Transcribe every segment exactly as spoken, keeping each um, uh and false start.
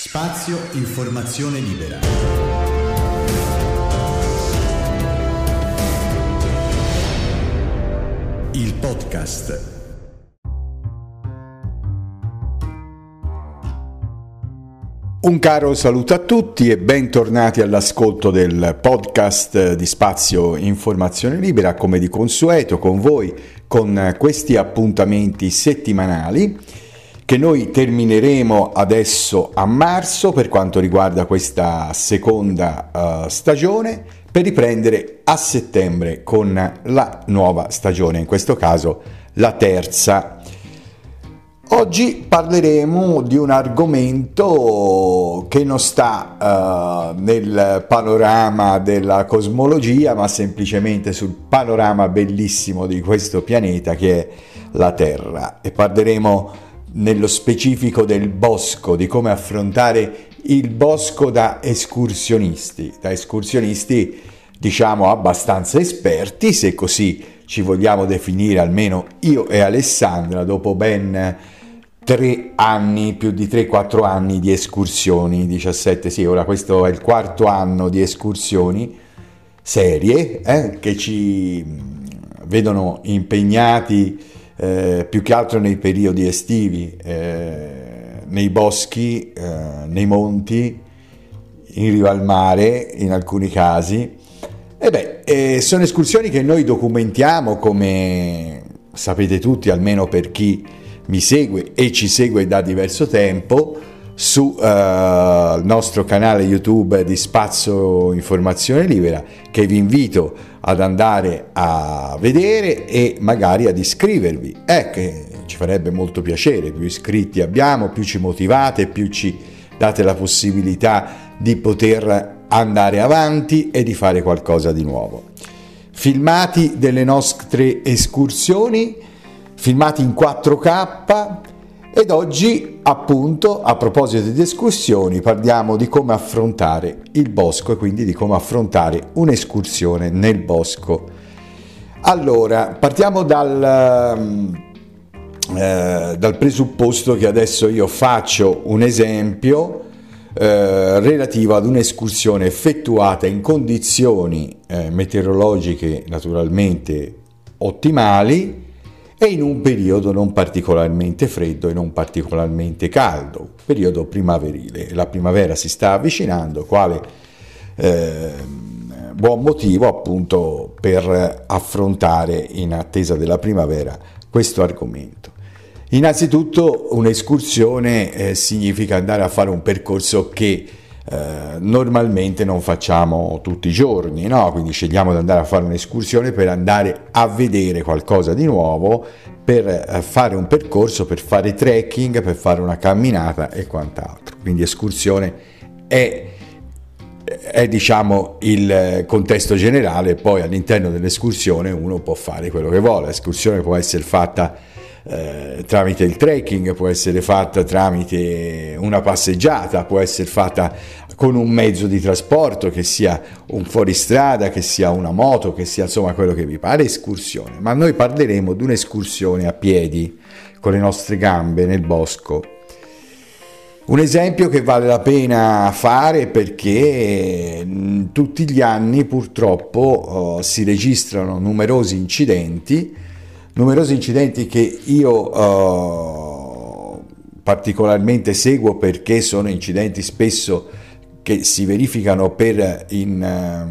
Spazio Informazione Libera. Il podcast. Un caro saluto a tutti e bentornati all'ascolto del podcast di Spazio Informazione Libera, come di consueto con voi, con questi appuntamenti settimanali che noi termineremo adesso a marzo per quanto riguarda questa seconda uh, stagione, per riprendere a settembre con la nuova stagione, in questo caso la terza. Oggi parleremo di un argomento che non sta uh, nel panorama della cosmologia, ma semplicemente sul panorama bellissimo di questo pianeta che è la Terra, e parleremo nello specifico del bosco, di come affrontare il bosco da escursionisti, da escursionisti diciamo abbastanza esperti, se così ci vogliamo definire, almeno io e Alessandra, dopo ben tre anni, più di tre quattro anni di escursioni, diciassette, sì, ora questo è il quarto anno di escursioni serie, eh, che ci vedono impegnati eh, più che altro nei periodi estivi, eh, nei boschi, eh, nei monti, in riva al mare in alcuni casi. E beh, eh, sono escursioni che noi documentiamo, come sapete tutti, almeno per chi mi segue e ci segue da diverso tempo, su uh, il nostro canale YouTube di Spazio Informazione Libera, che vi invito ad andare a vedere e magari ad iscrivervi, eh, che ci farebbe molto piacere. Più iscritti abbiamo, più ci motivate, più ci date la possibilità di poter andare avanti e di fare qualcosa di nuovo. Filmati delle nostre escursioni, filmati in quattro K, ed oggi appunto, a proposito di escursioni, parliamo di come affrontare il bosco e quindi di come affrontare un'escursione nel bosco. Allora, partiamo dal, eh, dal presupposto che adesso io faccio un esempio eh, relativo ad un'escursione effettuata in condizioni eh, meteorologiche naturalmente ottimali, e in un periodo non particolarmente freddo e non particolarmente caldo, periodo primaverile. La primavera si sta avvicinando, quale eh, buon motivo appunto per affrontare, in attesa della primavera, questo argomento. Innanzitutto un'escursione eh, significa andare a fare un percorso che eh, normalmente non facciamo tutti i giorni, no? Quindi scegliamo di andare a fare un'escursione per andare a vedere qualcosa di nuovo, per eh, fare un percorso, per fare trekking, per fare una camminata e quant'altro. Quindi escursione è, è diciamo il contesto generale. Poi all'interno dell'escursione uno può fare quello che vuole. L'escursione può essere fatta Eh, tramite il trekking, può essere fatta tramite una passeggiata, può essere fatta con un mezzo di trasporto, che sia un fuoristrada, che sia una moto, che sia insomma quello che vi pare, escursione. Ma noi parleremo di un'escursione a piedi, con le nostre gambe nel bosco. Un esempio che vale la pena fare perché tutti gli anni purtroppo oh, si registrano numerosi incidenti Numerosi incidenti che io uh, particolarmente seguo, perché sono incidenti spesso che si verificano per in,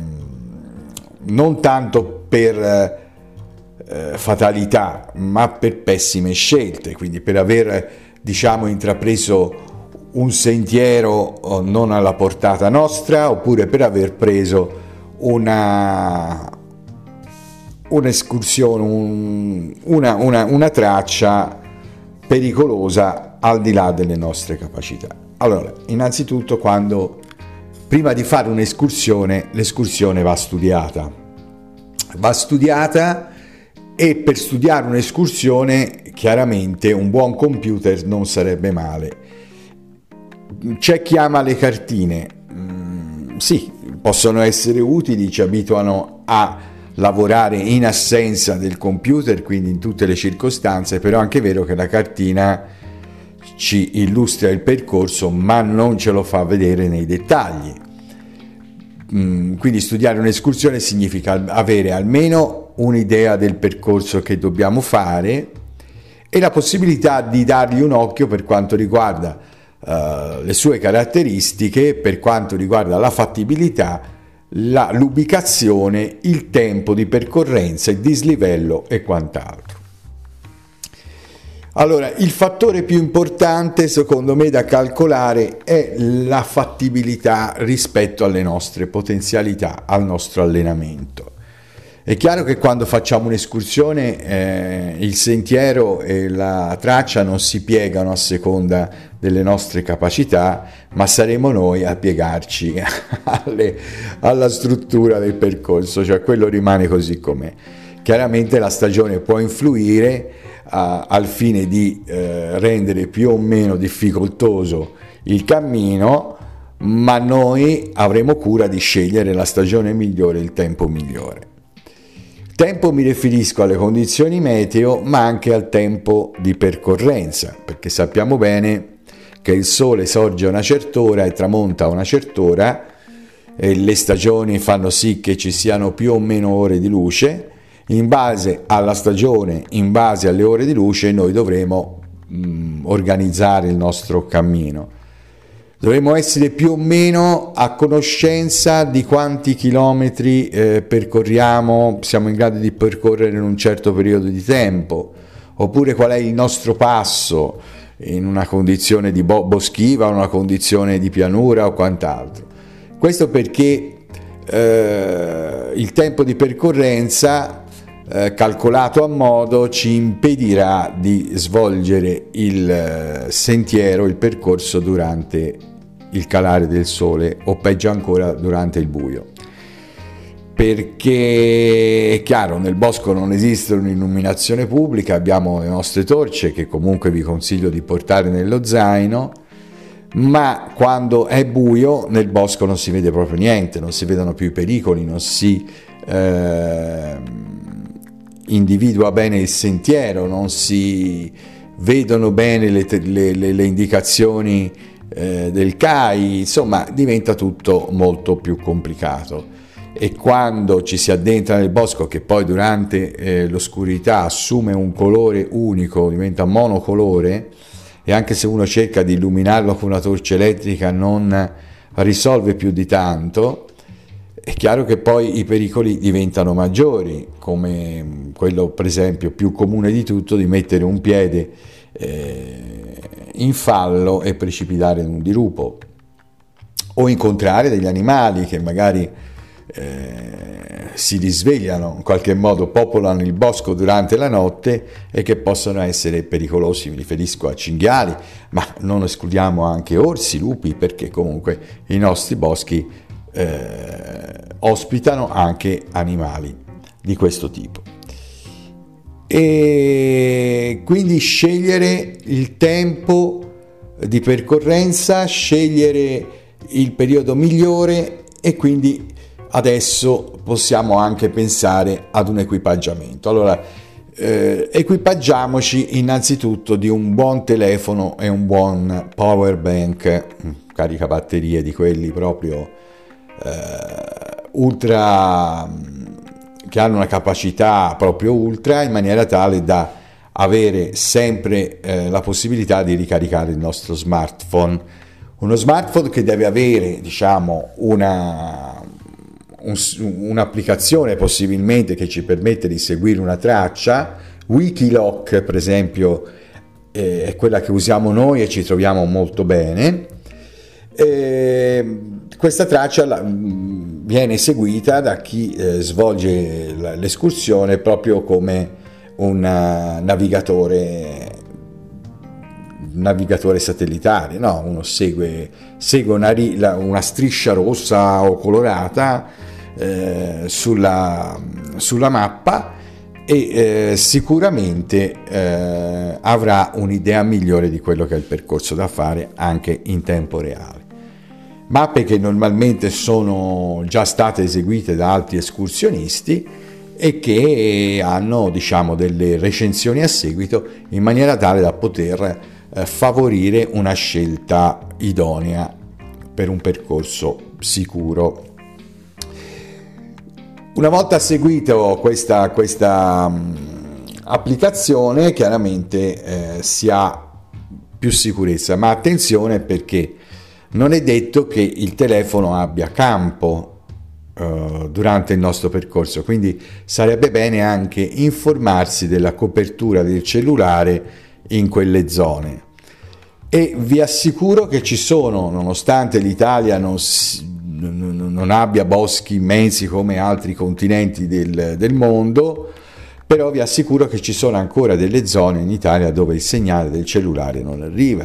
uh, non tanto per uh, fatalità, ma per pessime scelte, quindi per aver diciamo intrapreso un sentiero uh, non alla portata nostra, oppure per aver preso una un'escursione, un, una, una, una traccia pericolosa al di là delle nostre capacità. Allora, innanzitutto, quando prima di fare un'escursione, l'escursione va studiata. Va studiata e per studiare un'escursione chiaramente un buon computer non sarebbe male. C'è chi ama le cartine, mm, sì, possono essere utili, ci abituano a lavorare in assenza del computer, quindi in tutte le circostanze, però è anche vero che la cartina ci illustra il percorso ma non ce lo fa vedere nei dettagli. Quindi studiare un'escursione significa avere almeno un'idea del percorso che dobbiamo fare e la possibilità di dargli un occhio per quanto riguarda uh, le sue caratteristiche, per quanto riguarda la fattibilità, la, l'ubicazione, il tempo di percorrenza, il dislivello e quant'altro. Allora, il fattore più importante secondo me da calcolare è la fattibilità rispetto alle nostre potenzialità, al nostro allenamento. È chiaro che quando facciamo un'escursione eh, il sentiero e la traccia non si piegano a seconda delle nostre capacità, ma saremo noi a piegarci alle, alla struttura del percorso, cioè quello rimane così com'è. Chiaramente la stagione può influire a, al fine di eh, rendere più o meno difficoltoso il cammino, ma noi avremo cura di scegliere la stagione migliore, il tempo migliore. Tempo mi riferisco alle condizioni meteo, ma anche al tempo di percorrenza, perché sappiamo bene che il sole sorge a una certa ora e tramonta a una certa ora, e le stagioni fanno sì che ci siano più o meno ore di luce. In base alla stagione, in base alle ore di luce, noi dovremo mh, organizzare il nostro cammino. Dovremmo essere più o meno a conoscenza di quanti chilometri eh, percorriamo, siamo in grado di percorrere in un certo periodo di tempo, oppure qual è il nostro passo in una condizione di boschiva, una condizione di pianura o quant'altro. Questo perché eh, il tempo di percorrenza eh, calcolato a modo ci impedirà di svolgere il eh, sentiero, il percorso durante il calare del sole o peggio ancora durante il buio, perché è chiaro, nel bosco non esiste un'illuminazione pubblica, abbiamo le nostre torce che comunque vi consiglio di portare nello zaino, ma quando è buio nel bosco non si vede proprio niente, non si vedono più i pericoli, non si eh, individua bene il sentiero, non si vedono bene le, le, le, le indicazioni eh, del C A I, insomma diventa tutto molto più complicato. E quando ci si addentra nel bosco, che poi durante eh, l'oscurità assume un colore unico, diventa monocolore, e anche se uno cerca di illuminarlo con una torcia elettrica non risolve più di tanto, è chiaro che poi i pericoli diventano maggiori, come quello per esempio più comune di tutto di mettere un piede eh, in fallo e precipitare in un dirupo, o incontrare degli animali che magari Eh, si risvegliano, in qualche modo popolano il bosco durante la notte e che possono essere pericolosi. Mi riferisco a cinghiali, ma non escludiamo anche orsi, lupi, perché comunque i nostri boschi eh, ospitano anche animali di questo tipo. E quindi scegliere il tempo di percorrenza, scegliere il periodo migliore, e quindi adesso possiamo anche pensare ad un equipaggiamento. Allora, eh, equipaggiamoci innanzitutto di un buon telefono e un buon power bank, caricabatterie di quelli proprio eh, ultra, che hanno una capacità proprio ultra, in maniera tale da avere sempre eh, la possibilità di ricaricare il nostro smartphone. Uno smartphone che deve avere, diciamo, una Un, un'applicazione possibilmente che ci permette di seguire una traccia. Wikiloc per esempio eh, è quella che usiamo noi e ci troviamo molto bene. E questa traccia la, viene eseguita da chi eh, svolge la, l'escursione proprio come un navigatore navigatore satellitare, no? Uno segue, segue una, una striscia rossa o colorata eh, sulla, sulla mappa e eh, sicuramente eh, avrà un'idea migliore di quello che è il percorso da fare anche in tempo reale. Mappe che normalmente sono già state eseguite da altri escursionisti e che hanno, diciamo, delle recensioni a seguito, in maniera tale da poter eh, favorire una scelta idonea per un percorso sicuro. Una volta seguito questa, questa mh, applicazione, chiaramente eh, si ha più sicurezza, ma attenzione, perché non è detto che il telefono abbia campo eh, durante il nostro percorso, quindi sarebbe bene anche informarsi della copertura del cellulare in quelle zone. E vi assicuro che ci sono, nonostante l'Italia non si non abbia boschi immensi come altri continenti del, del mondo, però vi assicuro che ci sono ancora delle zone in Italia dove il segnale del cellulare non arriva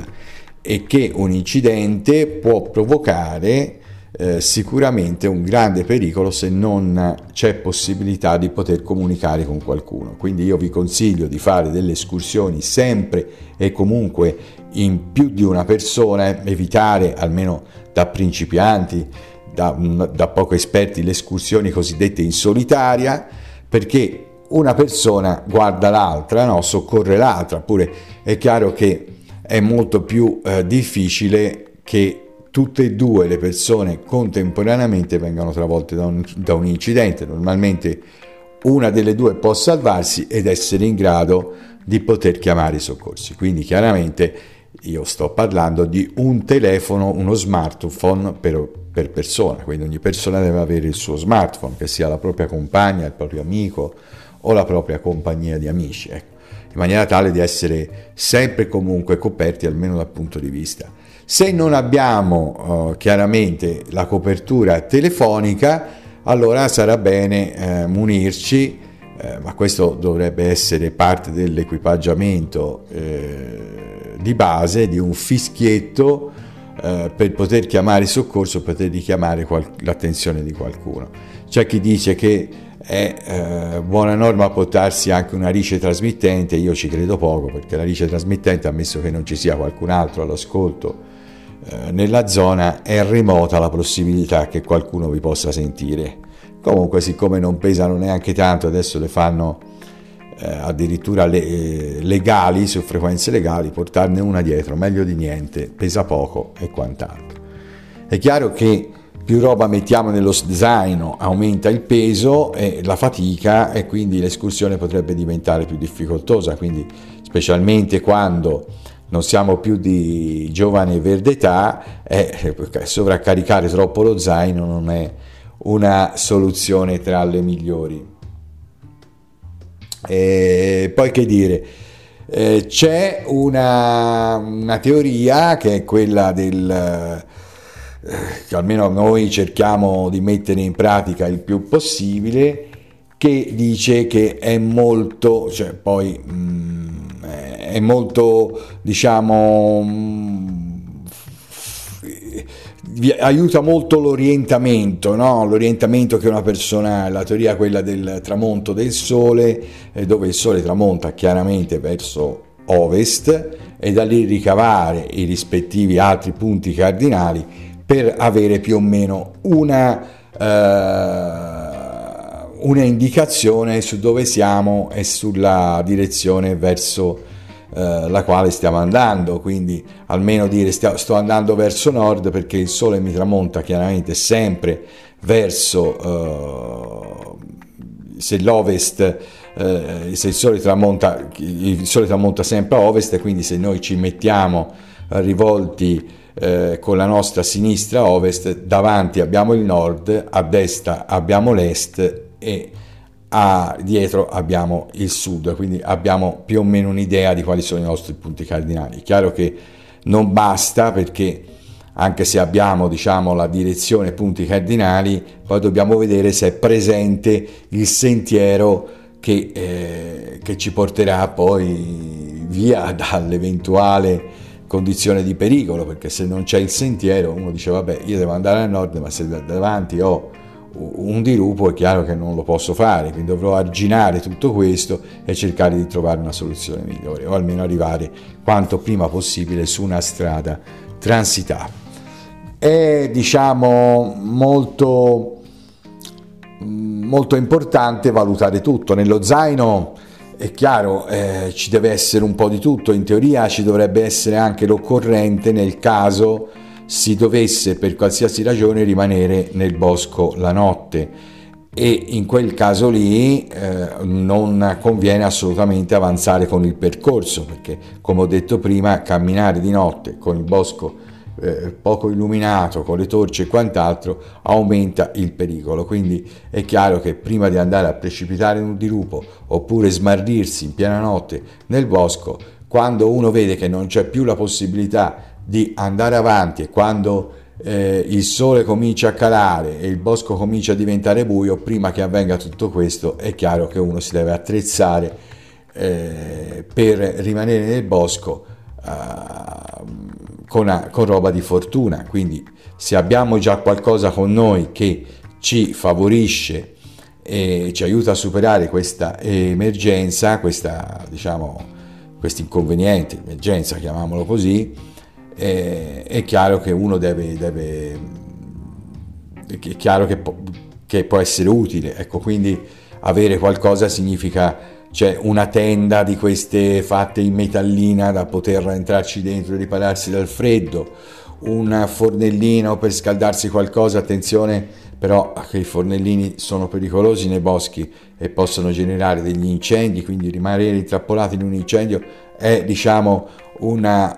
e che un incidente può provocare eh, sicuramente un grande pericolo se non c'è possibilità di poter comunicare con qualcuno. Quindi io vi consiglio di fare delle escursioni sempre e comunque in più di una persona, evitare, almeno da principianti, Da, da poco esperti, le escursioni cosiddette in solitaria, perché una persona guarda l'altra, no? Soccorre l'altra. Pure è chiaro che è molto più eh, difficile che tutte e due le persone contemporaneamente vengano travolte da un, da un incidente. Normalmente una delle due può salvarsi ed essere in grado di poter chiamare i soccorsi. Quindi chiaramente io sto parlando di un telefono, uno smartphone per, per persona, quindi ogni persona deve avere il suo smartphone, che sia la propria compagna, il proprio amico o la propria compagnia di amici, ecco, in maniera tale di essere sempre e comunque coperti almeno dal punto di vista. Se non abbiamo uh, chiaramente la copertura telefonica, allora sarà bene eh, munirci, eh, ma questo dovrebbe essere parte dell'equipaggiamento eh, di base, di un fischietto eh, per poter chiamare il soccorso, per poter richiamare qual- l'attenzione di qualcuno. C'è chi dice che è eh, buona norma portarsi anche una riceve trasmittente. Io ci credo poco, perché la riceve trasmittente, ammesso che non ci sia qualcun altro all'ascolto eh, nella zona, è remota la possibilità che qualcuno vi possa sentire. Comunque, siccome non pesano neanche tanto, adesso le fanno eh, addirittura le, eh, legali, su frequenze legali, portarne una dietro, meglio di niente, pesa poco e quant'altro. È chiaro che più roba mettiamo nello zaino aumenta il peso e la fatica, e quindi l'escursione potrebbe diventare più difficoltosa, quindi specialmente quando non siamo più di giovane e verde età, eh, sovraccaricare troppo lo zaino non è una soluzione tra le migliori. E poi che dire, eh, c'è una, una teoria che è quella del eh, che almeno noi cerchiamo di mettere in pratica il più possibile, che dice che è molto, cioè poi mh, è molto, diciamo, mh, aiuta molto l'orientamento, no? L'orientamento che una persona ha, la teoria quella del tramonto del sole, eh, dove il sole tramonta chiaramente verso ovest, e da lì ricavare i rispettivi altri punti cardinali per avere più o meno una, eh, una indicazione su dove siamo e sulla direzione verso la quale stiamo andando. Quindi almeno dire stia, sto andando verso nord, perché il sole mi tramonta chiaramente sempre verso uh, se l'ovest, uh, se il sole tramonta il sole tramonta sempre a ovest, e quindi se noi ci mettiamo rivolti uh, con la nostra sinistra a ovest, davanti abbiamo il nord, a destra abbiamo l'est e a dietro abbiamo il sud, quindi abbiamo più o meno un'idea di quali sono i nostri punti cardinali. È chiaro che non basta, perché anche se abbiamo, diciamo, la direzione punti cardinali, poi dobbiamo vedere se è presente il sentiero che, eh, che ci porterà poi via dall'eventuale condizione di pericolo, perché se non c'è il sentiero uno dice vabbè, io devo andare al nord, ma se davanti ho un dirupo è chiaro che non lo posso fare, quindi dovrò arginare tutto questo e cercare di trovare una soluzione migliore, o almeno arrivare quanto prima possibile su una strada transitabile. È, diciamo, molto molto importante valutare tutto. Nello zaino è chiaro, eh, ci deve essere un po' di tutto. In teoria ci dovrebbe essere anche l'occorrente nel caso si dovesse per qualsiasi ragione rimanere nel bosco la notte, e in quel caso lì eh, non conviene assolutamente avanzare con il percorso, perché come ho detto prima, camminare di notte con il bosco eh, poco illuminato, con le torce e quant'altro, aumenta il pericolo. Quindi è chiaro che prima di andare a precipitare in un dirupo oppure smarrirsi in piena notte nel bosco, quando uno vede che non c'è più la possibilità di andare avanti e quando Eh, il sole comincia a calare e il bosco comincia a diventare buio, prima che avvenga tutto questo è chiaro che uno si deve attrezzare eh, per rimanere nel bosco eh, con, con roba di fortuna. Quindi se abbiamo già qualcosa con noi che ci favorisce e ci aiuta a superare questa emergenza, questa diciamo questo inconveniente, emergenza chiamiamolo così, Eh, è chiaro che uno deve, deve è chiaro che, po- che può essere utile, ecco. Quindi avere qualcosa significa, cioè una tenda di queste fatte in metallina da poter entrarci dentro e ripararsi dal freddo, un fornellino per scaldarsi qualcosa. Attenzione però che i fornellini sono pericolosi nei boschi e possono generare degli incendi, quindi rimanere intrappolati in un incendio è diciamo una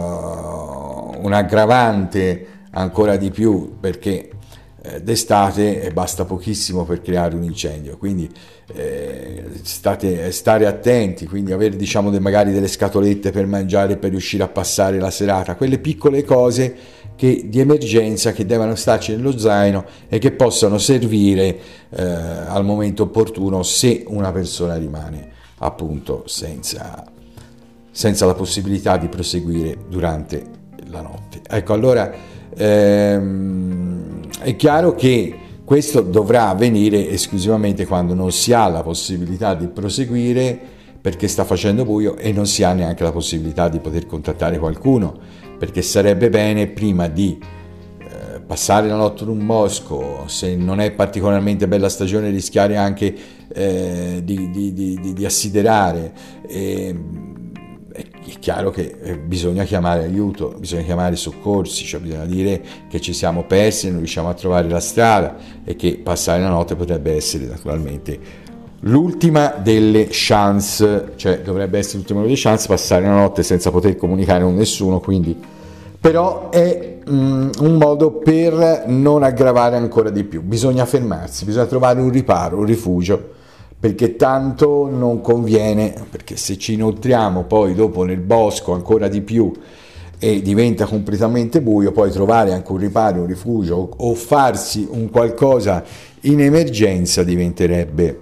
uh, un aggravante ancora di più, perché eh, d'estate basta pochissimo per creare un incendio. Quindi eh, state stare attenti, quindi avere diciamo de, magari delle scatolette per mangiare, per riuscire a passare la serata, quelle piccole cose che di emergenza che devono starci nello zaino e che possano servire eh, al momento opportuno, se una persona rimane appunto senza senza la possibilità di proseguire durante la notte. Ecco, allora ehm, è chiaro che questo dovrà avvenire esclusivamente quando non si ha la possibilità di proseguire perché sta facendo buio e non si ha neanche la possibilità di poter contattare qualcuno, perché sarebbe bene prima di eh, passare la notte in un bosco, se non è particolarmente bella stagione rischiare anche eh, di, di, di, di assiderare. E, è chiaro che bisogna chiamare aiuto, bisogna chiamare soccorsi, cioè bisogna dire che ci siamo persi e non riusciamo a trovare la strada, e che passare la notte potrebbe essere naturalmente l'ultima delle chance, cioè dovrebbe essere l'ultima delle chance passare la notte senza poter comunicare con nessuno. Quindi però è um, un modo per non aggravare ancora di più. Bisogna fermarsi, bisogna trovare un riparo, un rifugio, perché tanto non conviene, perché se ci inoltriamo poi dopo nel bosco ancora di più e diventa completamente buio, poi trovare anche un riparo, un rifugio o farsi un qualcosa in emergenza diventerebbe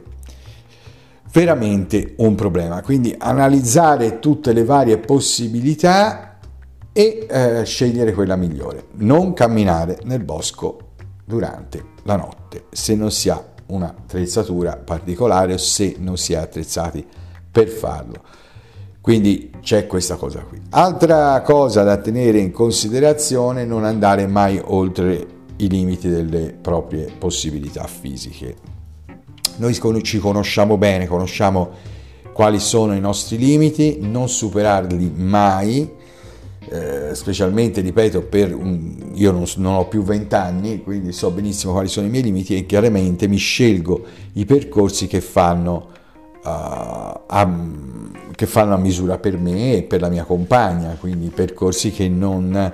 veramente un problema. Quindi analizzare tutte le varie possibilità e eh, scegliere quella migliore. Non camminare nel bosco durante la notte se non si ha un'attrezzatura particolare o se non si è attrezzati per farlo. Quindi c'è questa cosa qui. Altra cosa da tenere in considerazione: non andare mai oltre i limiti delle proprie possibilità fisiche. Noi ci conosciamo bene, conosciamo quali sono i nostri limiti, non superarli mai. Eh, specialmente, ripeto, per un, io non, non ho più vent'anni, quindi so benissimo quali sono i miei limiti e chiaramente mi scelgo i percorsi che fanno, uh, a, che fanno a misura per me e per la mia compagna, quindi percorsi che non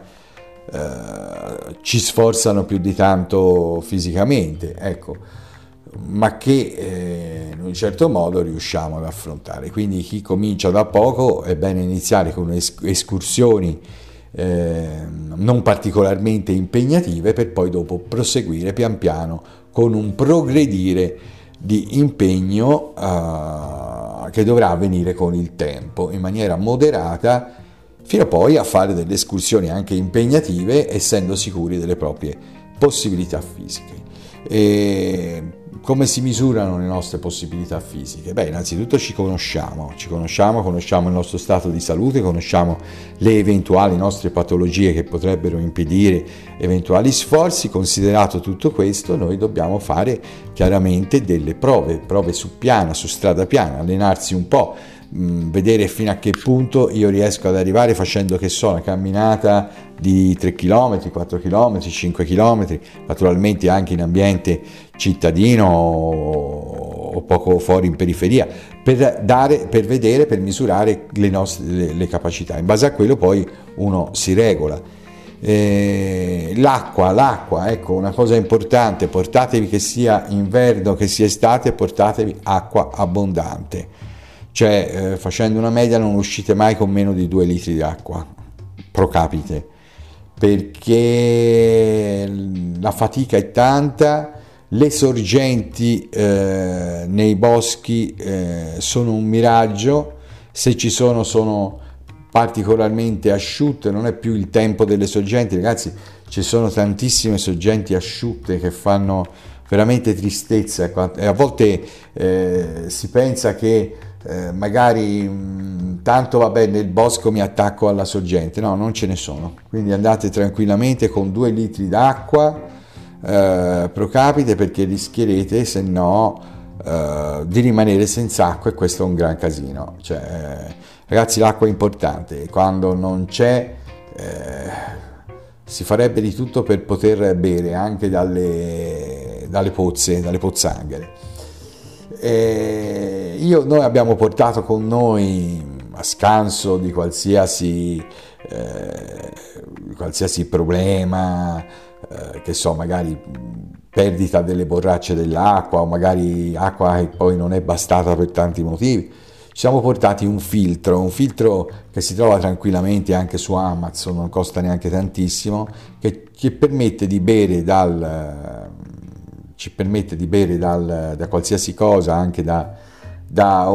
uh, ci sforzano più di tanto fisicamente, ecco, ma che eh, in un certo modo riusciamo ad affrontare. Quindi chi comincia da poco è bene iniziare con escursioni eh, non particolarmente impegnative, per poi dopo proseguire pian piano con un progredire di impegno eh, che dovrà avvenire con il tempo in maniera moderata, fino poi a fare delle escursioni anche impegnative, essendo sicuri delle proprie possibilità fisiche. E come si misurano le nostre possibilità fisiche? Beh, innanzitutto ci conosciamo, ci conosciamo, conosciamo il nostro stato di salute, conosciamo le eventuali nostre patologie che potrebbero impedire eventuali sforzi. Considerato tutto questo, noi dobbiamo fare chiaramente delle prove, prove su piana, su strada piana, allenarsi un po', mh, vedere fino a che punto io riesco ad arrivare facendo, che so, una camminata di tre chilometri, quattro chilometri, cinque chilometri, naturalmente anche in ambiente cittadino o poco fuori in periferia, per dare, per vedere, per misurare le nostre le, le capacità. In base a quello poi uno si regola. Eh, l'acqua, l'acqua, ecco, una cosa importante: portatevi, che sia inverno che sia estate, portatevi acqua abbondante, cioè eh, facendo una media non uscite mai con meno di due litri di acqua pro capite, perché la fatica è tanta. Le sorgenti eh, nei boschi eh, sono un miraggio, se ci sono sono particolarmente asciutte, non è più il tempo delle sorgenti, ragazzi, ci sono tantissime sorgenti asciutte che fanno veramente tristezza, e a volte eh, si pensa che eh, magari mh, tanto vabbè, nel bosco mi attacco alla sorgente, no, non ce ne sono, quindi andate tranquillamente con due litri d'acqua Uh, pro capite, perché rischierete, se no, uh, di rimanere senza acqua, e questo è un gran casino. Cioè, eh, ragazzi, l'acqua è importante, quando non c'è eh, si farebbe di tutto per poter bere anche dalle, dalle pozze, dalle pozzanghere. E io, noi abbiamo portato con noi, a scanso di qualsiasi, eh, qualsiasi problema, Eh, che so, magari perdita delle borracce dell'acqua, o magari acqua che poi non è bastata per tanti motivi, ci siamo portati un filtro, un filtro che si trova tranquillamente anche su Amazon, non costa neanche tantissimo, che ci permette di bere dal ci permette di bere dal, da qualsiasi cosa, anche da, da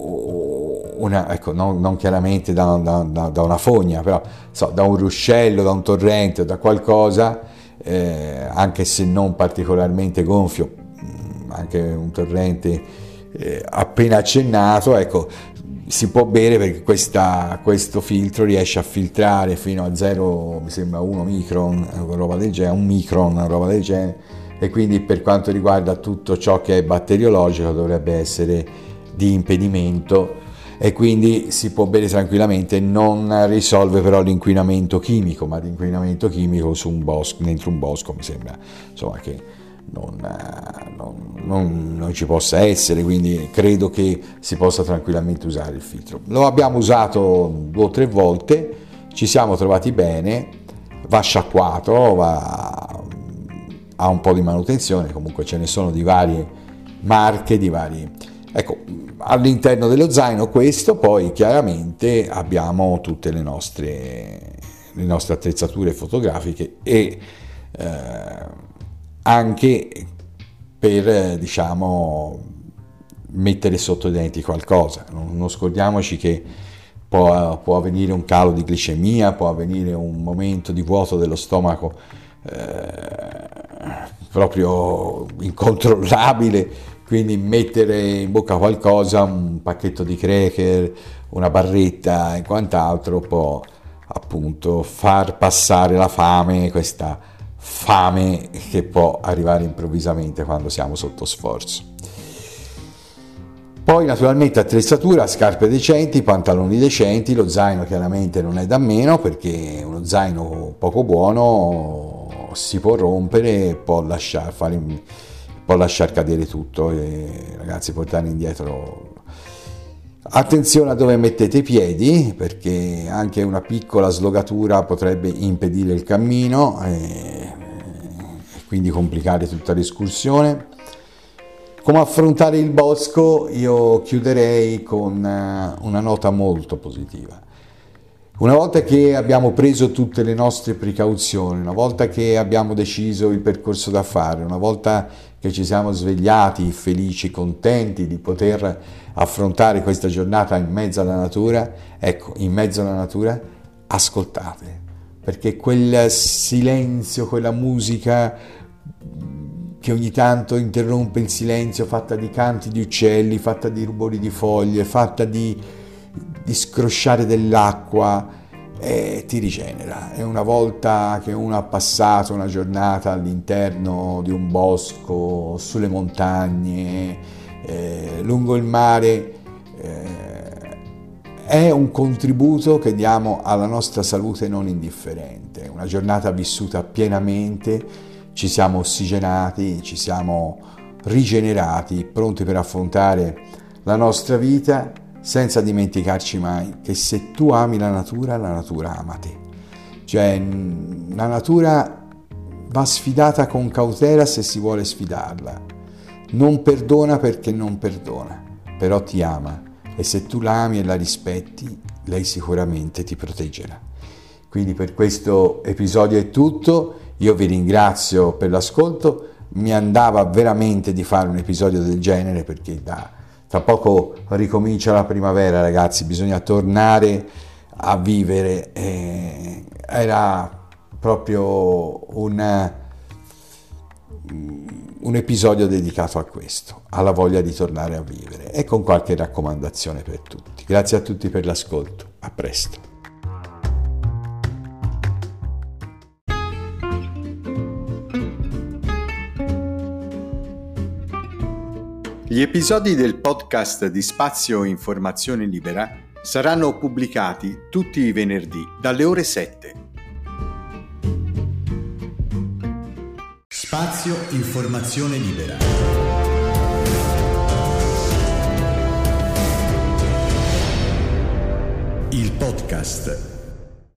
una, ecco, non, non chiaramente da, da, da una fogna, però so, da un ruscello, da un torrente, da qualcosa. Eh, anche se non particolarmente gonfio, anche un torrente eh, appena accennato, ecco, si può bere, perché questa, questo filtro riesce a filtrare fino a zero, mi sembra uno micron, roba del genere, un micron, roba del genere, e quindi per quanto riguarda tutto ciò che è batteriologico dovrebbe essere di impedimento, e quindi si può bere tranquillamente. Non risolve però l'inquinamento chimico, ma l'inquinamento chimico su un bosco, dentro un bosco, mi sembra, insomma, che non, non, non, non ci possa essere, quindi credo che si possa tranquillamente usare il filtro. Lo abbiamo usato due o tre volte, ci siamo trovati bene, va sciacquato, va, ha un po' di manutenzione, comunque ce ne sono di varie marche, di vari, ecco, all'interno dello zaino questo. Poi chiaramente abbiamo tutte le nostre, le nostre attrezzature fotografiche, e eh, anche per, diciamo, mettere sotto i denti qualcosa. Non, non scordiamoci che può, può avvenire un calo di glicemia, può avvenire un momento di vuoto dello stomaco eh, proprio incontrollabile. Quindi mettere in bocca qualcosa, un pacchetto di cracker, una barretta e quant'altro, può appunto far passare la fame, questa fame che può arrivare improvvisamente quando siamo sotto sforzo. Poi naturalmente attrezzatura, scarpe decenti, pantaloni decenti, lo zaino chiaramente non è da meno, perché uno zaino poco buono si può rompere, può lasciare fare... può lasciar cadere tutto, e ragazzi, portare indietro. Attenzione a dove mettete i piedi, perché anche una piccola slogatura potrebbe impedire il cammino e, e quindi complicare tutta l'escursione. Come affrontare il bosco? Io chiuderei con una nota molto positiva. Una volta che abbiamo preso tutte le nostre precauzioni, una volta che abbiamo deciso il percorso da fare, una volta che ci siamo svegliati felici, contenti di poter affrontare questa giornata in mezzo alla natura, ecco, in mezzo alla natura, ascoltate, perché quel silenzio, quella musica che ogni tanto interrompe il silenzio, fatta di canti di uccelli, fatta di rumori di foglie, fatta di, di scrosciare dell'acqua, e ti rigenera. E una volta che uno ha passato una giornata all'interno di un bosco, sulle montagne, eh, lungo il mare, eh, è un contributo che diamo alla nostra salute non indifferente. Una giornata vissuta pienamente, ci siamo ossigenati, ci siamo rigenerati, pronti per affrontare la nostra vita, senza dimenticarci mai che se tu ami la natura, la natura ama te. Cioè, la natura va sfidata con cautela se si vuole sfidarla. Non perdona perché non perdona, però ti ama, e se tu la ami e la rispetti, lei sicuramente ti proteggerà. Quindi per questo episodio è tutto, io vi ringrazio per l'ascolto, mi andava veramente di fare un episodio del genere perché da Tra poco ricomincia la primavera, ragazzi, bisogna tornare a vivere. Eh, era proprio un, un episodio dedicato a questo, alla voglia di tornare a vivere e con qualche raccomandazione per tutti. Grazie a tutti per l'ascolto, a presto. Gli episodi del podcast di Spazio Informazione Libera saranno pubblicati tutti i venerdì dalle ore sette. Spazio Informazione Libera. Il podcast.